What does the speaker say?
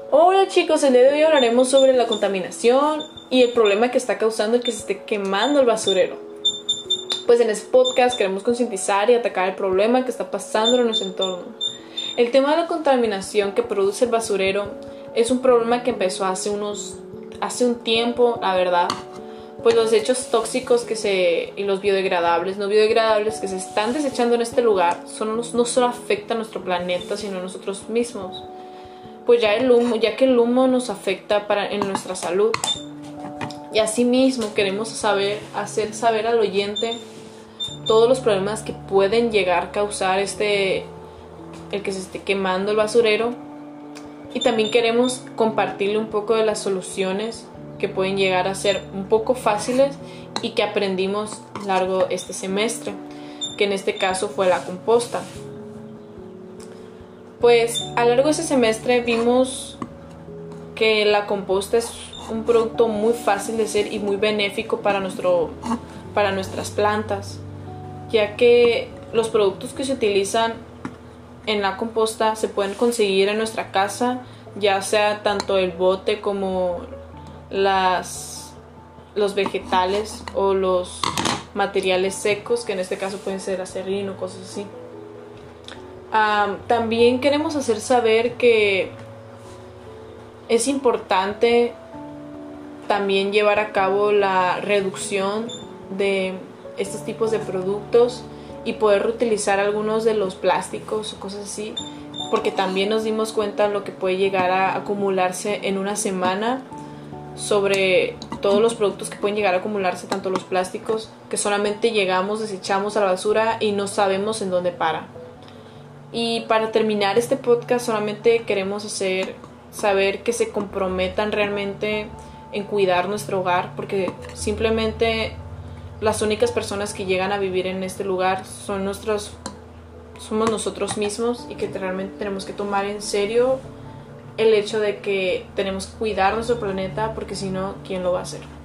Hola chicos, el día de hoy hablaremos sobre la contaminación y el problema que está causando el que se esté quemando el basurero. Pues en este podcast queremos concientizar y atacar el problema que está pasando en nuestro entorno. El tema de la contaminación que produce el basurero es un problema que empezó hace un tiempo, la verdad. Pues los desechos tóxicos y los biodegradables, no biodegradables que se están desechando en este lugar no solo afectan a nuestro planeta, sino a nosotros mismos. Pues ya que el humo nos afecta en nuestra salud. Y asimismo queremos hacer saber al oyente todos los problemas que pueden llegar a causar el que se esté quemando el basurero. Y también queremos compartirle un poco de las soluciones que pueden llegar a ser un poco fáciles y que aprendimos largo este semestre, que en este caso fue la composta. Pues a lo largo de ese semestre vimos que la composta es un producto muy fácil de hacer y muy benéfico para nuestras plantas, ya que los productos que se utilizan en la composta se pueden conseguir en nuestra casa, ya sea tanto el bote como los vegetales o los materiales secos, que en este caso pueden ser acerrín o cosas así. También queremos hacer saber que es importante también llevar a cabo la reducción de estos tipos de productos y poder reutilizar algunos de los plásticos o cosas así, porque también nos dimos cuenta de lo que puede llegar a acumularse en una semana sobre todos los productos que pueden llegar a acumularse, tanto los plásticos que solamente desechamos a la basura y no sabemos en dónde para. Y para terminar este podcast solamente queremos hacer saber que se comprometan realmente en cuidar nuestro hogar, porque simplemente las únicas personas que llegan a vivir en este lugar somos nosotros mismos, y que realmente tenemos que tomar en serio el hecho de que tenemos que cuidar nuestro planeta, porque si no, ¿quién lo va a hacer?